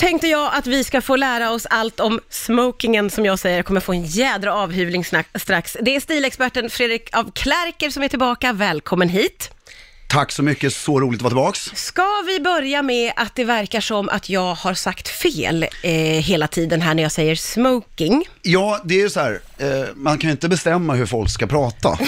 tänkte jag att vi ska få lära oss allt om smokingen, som jag säger. Jag kommer få en jädra avhyvling strax. Det är stilexperten Fredrik af Klerker som är tillbaka. Välkommen hit. Tack så mycket, så roligt att vara tillbaks. Ska vi börja med att det verkar som att jag har sagt fel hela tiden här när jag säger smoking? Ja, det är så här, man kan ju inte bestämma hur folk ska prata.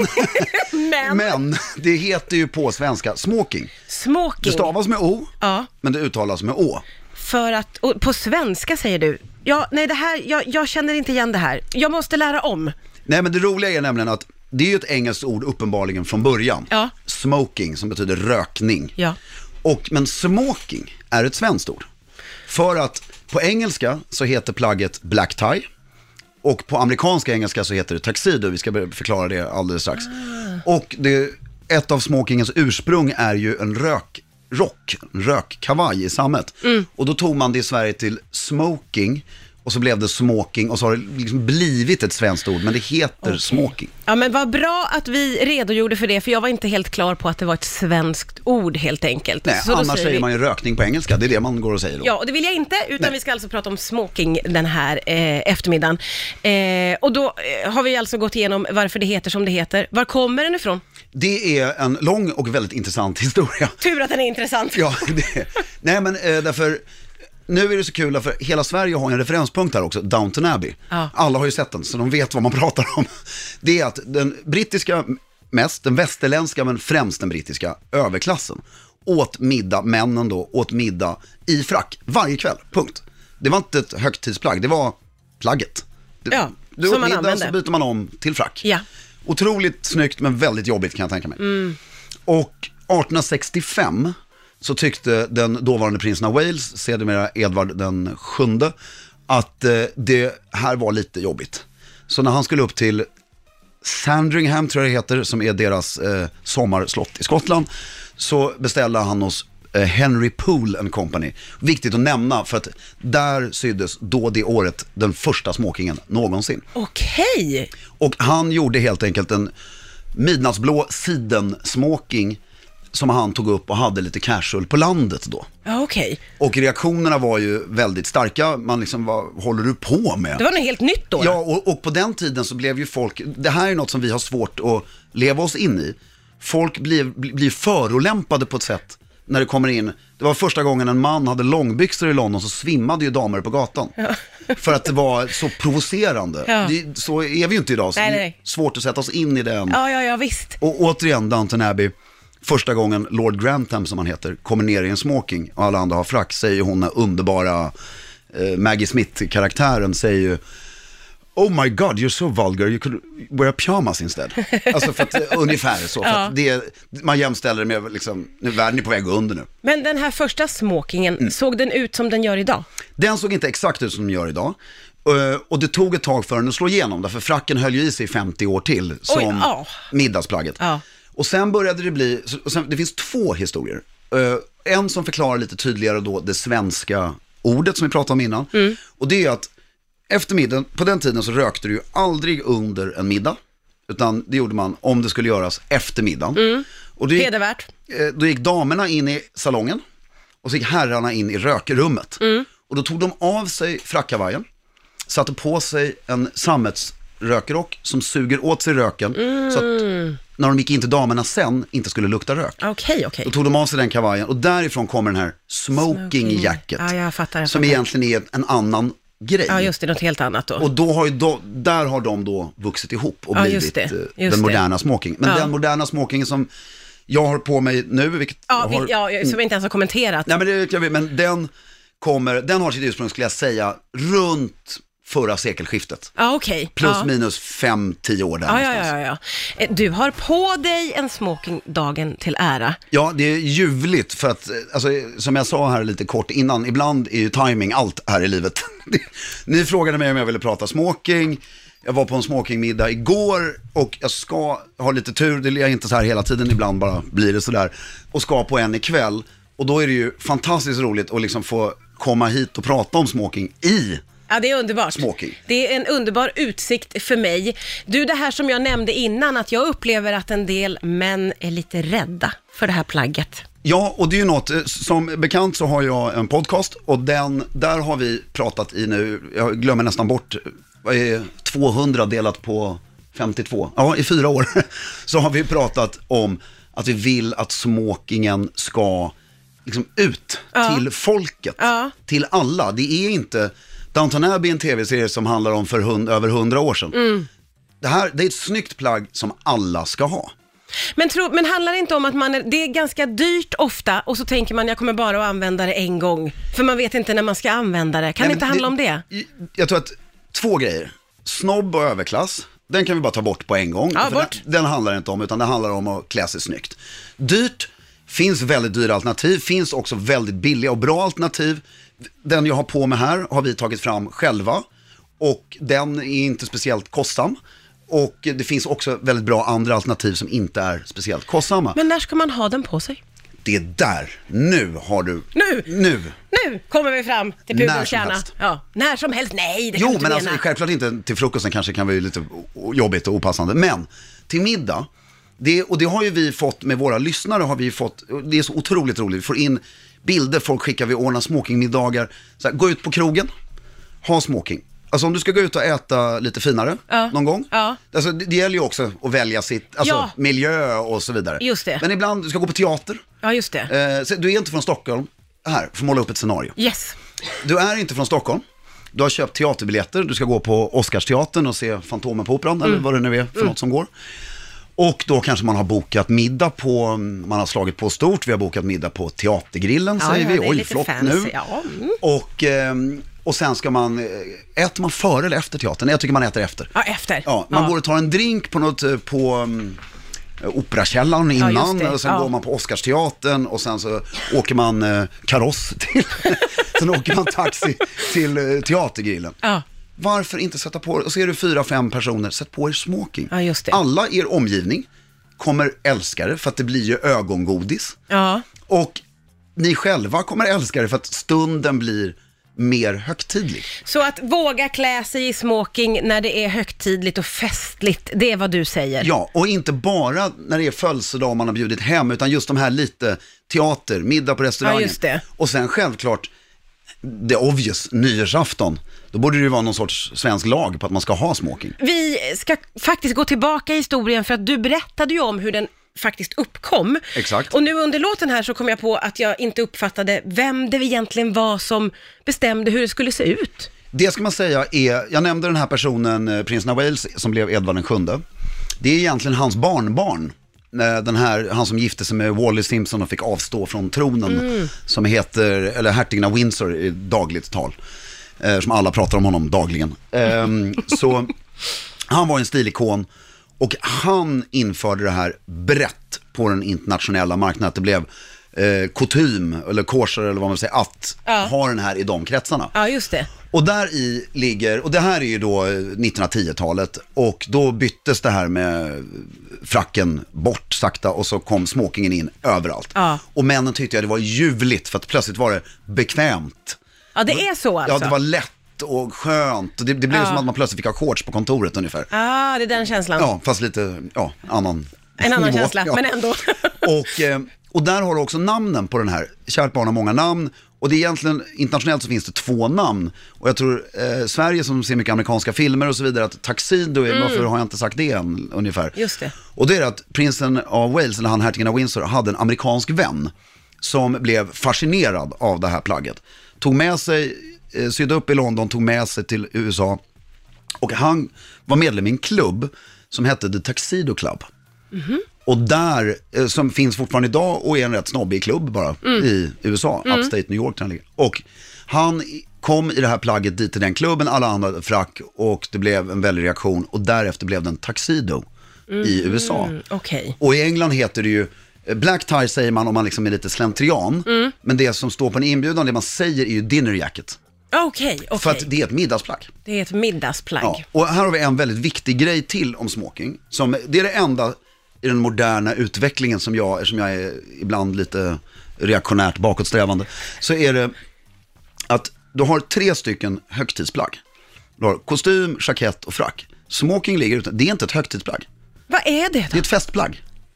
Men det heter ju på svenska smoking. Smoking. Det stavas med O, ja. Men det uttalas med Å. För att, och på svenska säger du, ja, nej det här, jag känner inte igen det här. Jag måste lära om. Nej, men det roliga är nämligen att det är ju ett engelskt ord uppenbarligen från början. Ja. Smoking, som betyder rökning. Ja. Men smoking är ett svenskt ord. För att på engelska så heter plagget black tie. Och på amerikanska engelska så heter det tuxedo. Vi ska förklara det alldeles strax. Och ett av smokingens ursprung är ju en rökkavaj i sammet. Och då tog man det i Sverige till smoking. Och så blev det smoking och så har det liksom blivit ett svenskt ord, men det heter smoking. Ja, men vad bra att vi redogjorde för det, för jag var inte helt klar på att det var ett svenskt ord helt enkelt. Nej, så annars säger man ju rökning på engelska, det är det man går och säger då. Ja, och det vill jag inte, utan vi ska alltså prata om smoking den här eftermiddagen. Och då har vi alltså gått igenom varför det heter som det heter. Var kommer den ifrån? Det är en lång och väldigt intressant historia. Tur att den är intressant. Ja, nej men därför... Nu är det så kul för hela Sverige har en referenspunkt här också, Downton Abbey. Ja. Alla har ju sett den så de vet vad man pratar om. Det är att den brittiska, den västerländska men främst den brittiska överklassen åt middag, männen då, åt middag i frack varje kväll, punkt. Det var inte ett högtidsplagg, det var plagget. Ja, du som man middag använde. Så byter man om till frack. Ja. Otroligt snyggt men väldigt jobbigt kan jag tänka mig. Och 1865 så tyckte den dåvarande prinsen av Wales, sedermera Edvard den 7, att det här var lite jobbigt. Så när han skulle upp till Sandringham, tror jag det heter, som är deras sommarslott i Skottland, så beställde han hos Henry Poole & Company. Viktigt att nämna för att där syddes då det året den första smokingen någonsin. Okej. Och han gjorde helt enkelt en midnattsblå sidensmoking som han tog upp och hade lite casual på landet då. Ja, okej. Och reaktionerna var ju väldigt starka. Man liksom, vad håller du på med? Det var något helt nytt då? Ja, och på den tiden så blev ju folk, det här är något som vi har svårt att leva oss in i. Folk blir förolämpade på ett sätt när det kommer in. Det var första gången en man hade långbyxor i London, så svimmade ju damer på gatan. Ja. För att det var så provocerande. Ja. Så är vi ju inte idag, så nej. det är svårt att sätta oss in i den. Ja, visst. Och återigen, Downton Abbey. Första gången Lord Grantham, som han heter, kommer ner i en smoking och alla andra har frack, säger hon, den underbara Maggie Smith-karaktären säger ju, oh my god, you're so vulgar, you could wear pyjamas instead. Alltså för att, ungefär så, för att man jämställer det med liksom, nu världen är på väg under nu. Men den här första smokingen, såg den ut som den gör idag? Den såg inte exakt ut som den gör idag. Och det tog ett tag för den att slå igenom, därför fracken höll ju i sig 50 år till som middagsplagget. Ja. Och sen började det bli, det finns två historier. En som förklarar lite tydligare då det svenska ordet som vi pratade om innan. Och det är att efter middagen, på den tiden så rökte du ju aldrig under en middag. Utan det gjorde man om det skulle göras efter middagen. Och hedervärt. Då gick damerna in i salongen och så gick herrarna in i rökrummet. Och då tog de av sig frackkavajen, satte på sig en sammetsrökrock som suger åt sig röken så att när de gick in till damerna sen inte skulle lukta rök. Okej. Då tog de av sig den kavajen och därifrån kommer den här smoking jacket. Ja, jag fattar. Som egentligen är en annan grej. Ja, just det, något helt annat då. Och då där har de då vuxit ihop och blivit den moderna smoking. Men den moderna smokingen som jag har på mig nu, vilket som jag inte ens har kommenterat. Nej, men det vet jag, men den har sitt ursprung, skulle jag säga, runt förra sekelskiftet. Okej. Plus minus 5-10 år där någonstans. Ja. Du har på dig en smoking dagen till ära. Ja, det är ljuvligt för att, alltså, som jag sa här llite kort innan, ibland är ju timing allt här i livet. Ni frågade mig om jag ville prata smoking. Jag var på en smokingmiddag igår och jag ska ha lite tur, det är inte så här hela tiden, ibland bara blir det sådär. Och ska på en ikväll. Och då är det ju fantastiskt roligt att liksom få komma hit och prata om smoking i. Ja, det är underbart. Smoking. Det är en underbar utsikt för mig. Du, det här som jag nämnde innan, att jag upplever att en del män är lite rädda för det här plagget. Ja, och det är ju något, som bekant så har jag en podcast och där har vi pratat i nu, jag glömmer nästan bort, vad är 200 delat på 52? Ja, i 4 år så har vi pratat om att vi vill att smokingen ska liksom ut till folket, till alla. Det är inte Downton Abbey, en tv-serie som handlar om för över 100 år sedan. Det är ett snyggt plagg som alla ska ha. Men handlar det inte om att det är ganska dyrt ofta och så tänker man jag kommer bara att använda det en gång för man vet inte när man ska använda det. Kan det inte handla om det? Jag tror att 2 grejer. Snobb och överklass, den kan vi bara ta bort på en gång. Ja, bort. Den handlar inte om, utan det handlar om att klä sig snyggt. Dyrt, finns väldigt dyra alternativ, finns också väldigt billiga och bra alternativ. Den jag har på mig här har vi tagit fram själva och den är inte speciellt kostsam. Och det finns också väldigt bra andra alternativ som inte är speciellt kostsamma. Men när ska man ha den på sig? Det är där. Nu har du... Nu kommer vi fram till pudelns kärna. Helst. Ja, när som helst. Nej, det kan men alltså, självklart inte till frukosten kanske kan vara lite jobbigt och opassande. Men till middag, och det har ju vi fått med våra lyssnare, har vi fått, det är så otroligt roligt. Vi får in bilder, folk skickar, vi ordnar smokingmiddagar. Så här, gå ut på krogen, ha smoking. Alltså om du ska gå ut och äta lite finare någon gång. Alltså, det gäller ju också att välja sitt miljö och så vidare. Just det. Men ibland, du ska gå på teater. Ja, just det. Så du är inte från Stockholm. Här, får måla upp ett scenario. Yes. Du är inte från Stockholm. Du har köpt teaterbiljetter. Du ska gå på Oscarsteatern och se Fantomen på Operan. Eller vad det nu är för något som går. Och då kanske man har bokat middag på, man har slagit på stort. Vi har bokat middag på Teatergrillen, säger vi. Oj, flott nu. Ja. Och sen ska äter man före eller efter teatern? Jag tycker man äter efter. Ja, efter. Ja, man går och tar en drink på Operakällaren innan och sen går man på Oscarsteatern och sen så åker man kaross till sen åker man taxi till Teatergrillen. Ja. Varför inte sätta på, och så är du 4-5 personer, sätt på er smoking. Ja, just det. Alla er omgivning kommer älska det för att det blir ju ögongodis. Ja. Och ni själva kommer älska det för att stunden blir mer högtidlig. Så att våga klä sig i smoking när det är högtidligt och festligt, det är vad du säger. Ja, och inte bara när det är födelsedag och man har bjudit hem, utan just de här lite teater, middag på restaurangen. Ja, just det. Och sen självklart the obvious, nyårsafton. Då borde det ju vara någon sorts svensk lag på att man ska ha smoking. Vi ska faktiskt gå tillbaka i historien för att du berättade ju om hur den faktiskt uppkom. Exakt. Och nu under låten här så kom jag på att jag inte uppfattade vem det egentligen var som bestämde hur det skulle se ut. Det ska man säga är, jag nämnde den här personen, prinsen av Wales, som blev Edvard VII. Det är egentligen hans barnbarn. Han som gifte sig med Wally Simpson och fick avstå från tronen, som heter, eller hertigen av Windsor i dagligt tal, som alla pratar om honom dagligen. Så han var en stilikon och han införde det här brett på den internationella marknaden. Det blev kutym eller kosher eller vad man säger, att ha den här i de kretsarna. Ja, just det. Och där i ligger, och det här är ju då 1910-talet, och då byttes det här med fracken bort sakta och så kom smokingen in överallt. Ja. Och männen tyckte att det var ljuvligt för att plötsligt var det bekvämt. Ja, det är så alltså. Ja, det var lätt och skönt. Och det blev som att man plötsligt fick ha shorts på kontoret ungefär. Ja, det är den känslan. Ja, fast lite, en annan nivå. Känsla, men ändå. Och där har du också namnen på den här. Kärt barn har många namn. Och det är egentligen, internationellt så finns det 2 namn. Och jag tror Sverige som ser mycket amerikanska filmer och så vidare, att Tuxedo är, varför har jag inte sagt det än ungefär. Just det. Och det är att prinsen av Wales, eller han hertigen av Windsor, hade en amerikansk vän som blev fascinerad av det här plagget. Tog med sig, sydde upp i London, tog med sig till USA. Och han var medlem i en klubb som hette The Tuxedo Club. Mm-hmm. Och där, som finns fortfarande idag och är en rätt snobbig klubb bara i USA, Upstate New York. Och han kom i det här plagget dit till den klubben, alla andra frack, och det blev en väldig reaktion. Och därefter blev det en tuxedo i USA. Okay. Och i England heter det ju, black tie säger man om man liksom är lite slentrian. Men det som står på en inbjudan, det man säger är ju dinner jacket. Okay. För att det är ett middagsplagg. Det är ett middagsplagg. Ja. Och här har vi en väldigt viktig grej till om smoking. Det är det enda i den moderna utvecklingen som jag är ibland lite reaktionärt bakåtsträvande, så är det att du har 3 stycken högtidsplagg. Du har kostym, jackett och frack. Smoking ligger ute. Det är inte ett högtidsplagg. Vad är det då? Det är ett festplagg.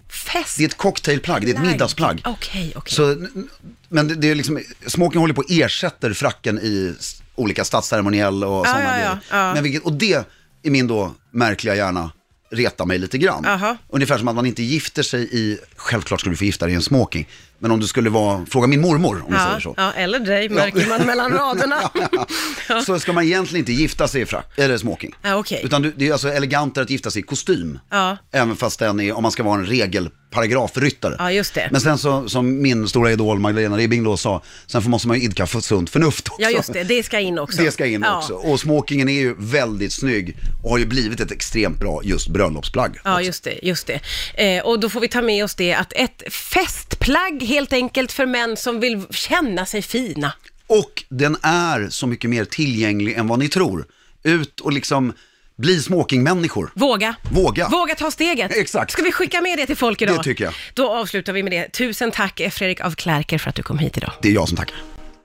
Fest. Det är ett cocktailplagg, det är ett middagsplagg. Okej. Så, men det är liksom, smoking håller på att ersätter fracken i olika statsceremoniell och sådana grejer. Men och det är min då märkliga hjärna reta mig lite grann. Ungefär som att man inte gifter sig i, självklart skulle du få gifta dig i en smoking, men om du skulle fråga min mormor om vi säger så. Ja, eller dig märker man mellan raderna. Så ska man egentligen inte gifta sig i frack, eller smoking. Utan det är alltså elegantare att gifta sig i kostym. Även fast den är, om man ska vara en regelparagrafryttare. Ja, just det. Men sen så, som min stora idol Magdalena Ribbing då sa, sen måste man ju idka för sunt förnuft också. Ja, just det. Det ska in också. Det ska in också. Och smokingen är ju väldigt snygg och har ju blivit ett extremt bra just bröllopsplagg. Ja, också. just det. Och då får vi ta med oss det att ett festplagg helt enkelt för män som vill känna sig fina. Och den är så mycket mer tillgänglig än vad ni tror. Ut och liksom bli smokingmänniskor. Våga ta steget. Exakt. Ska vi skicka med det till folk idag? Det tycker jag. Då avslutar vi med det. Tusen tack Fredrik af Klerker för att du kom hit idag. Det är jag som tackar.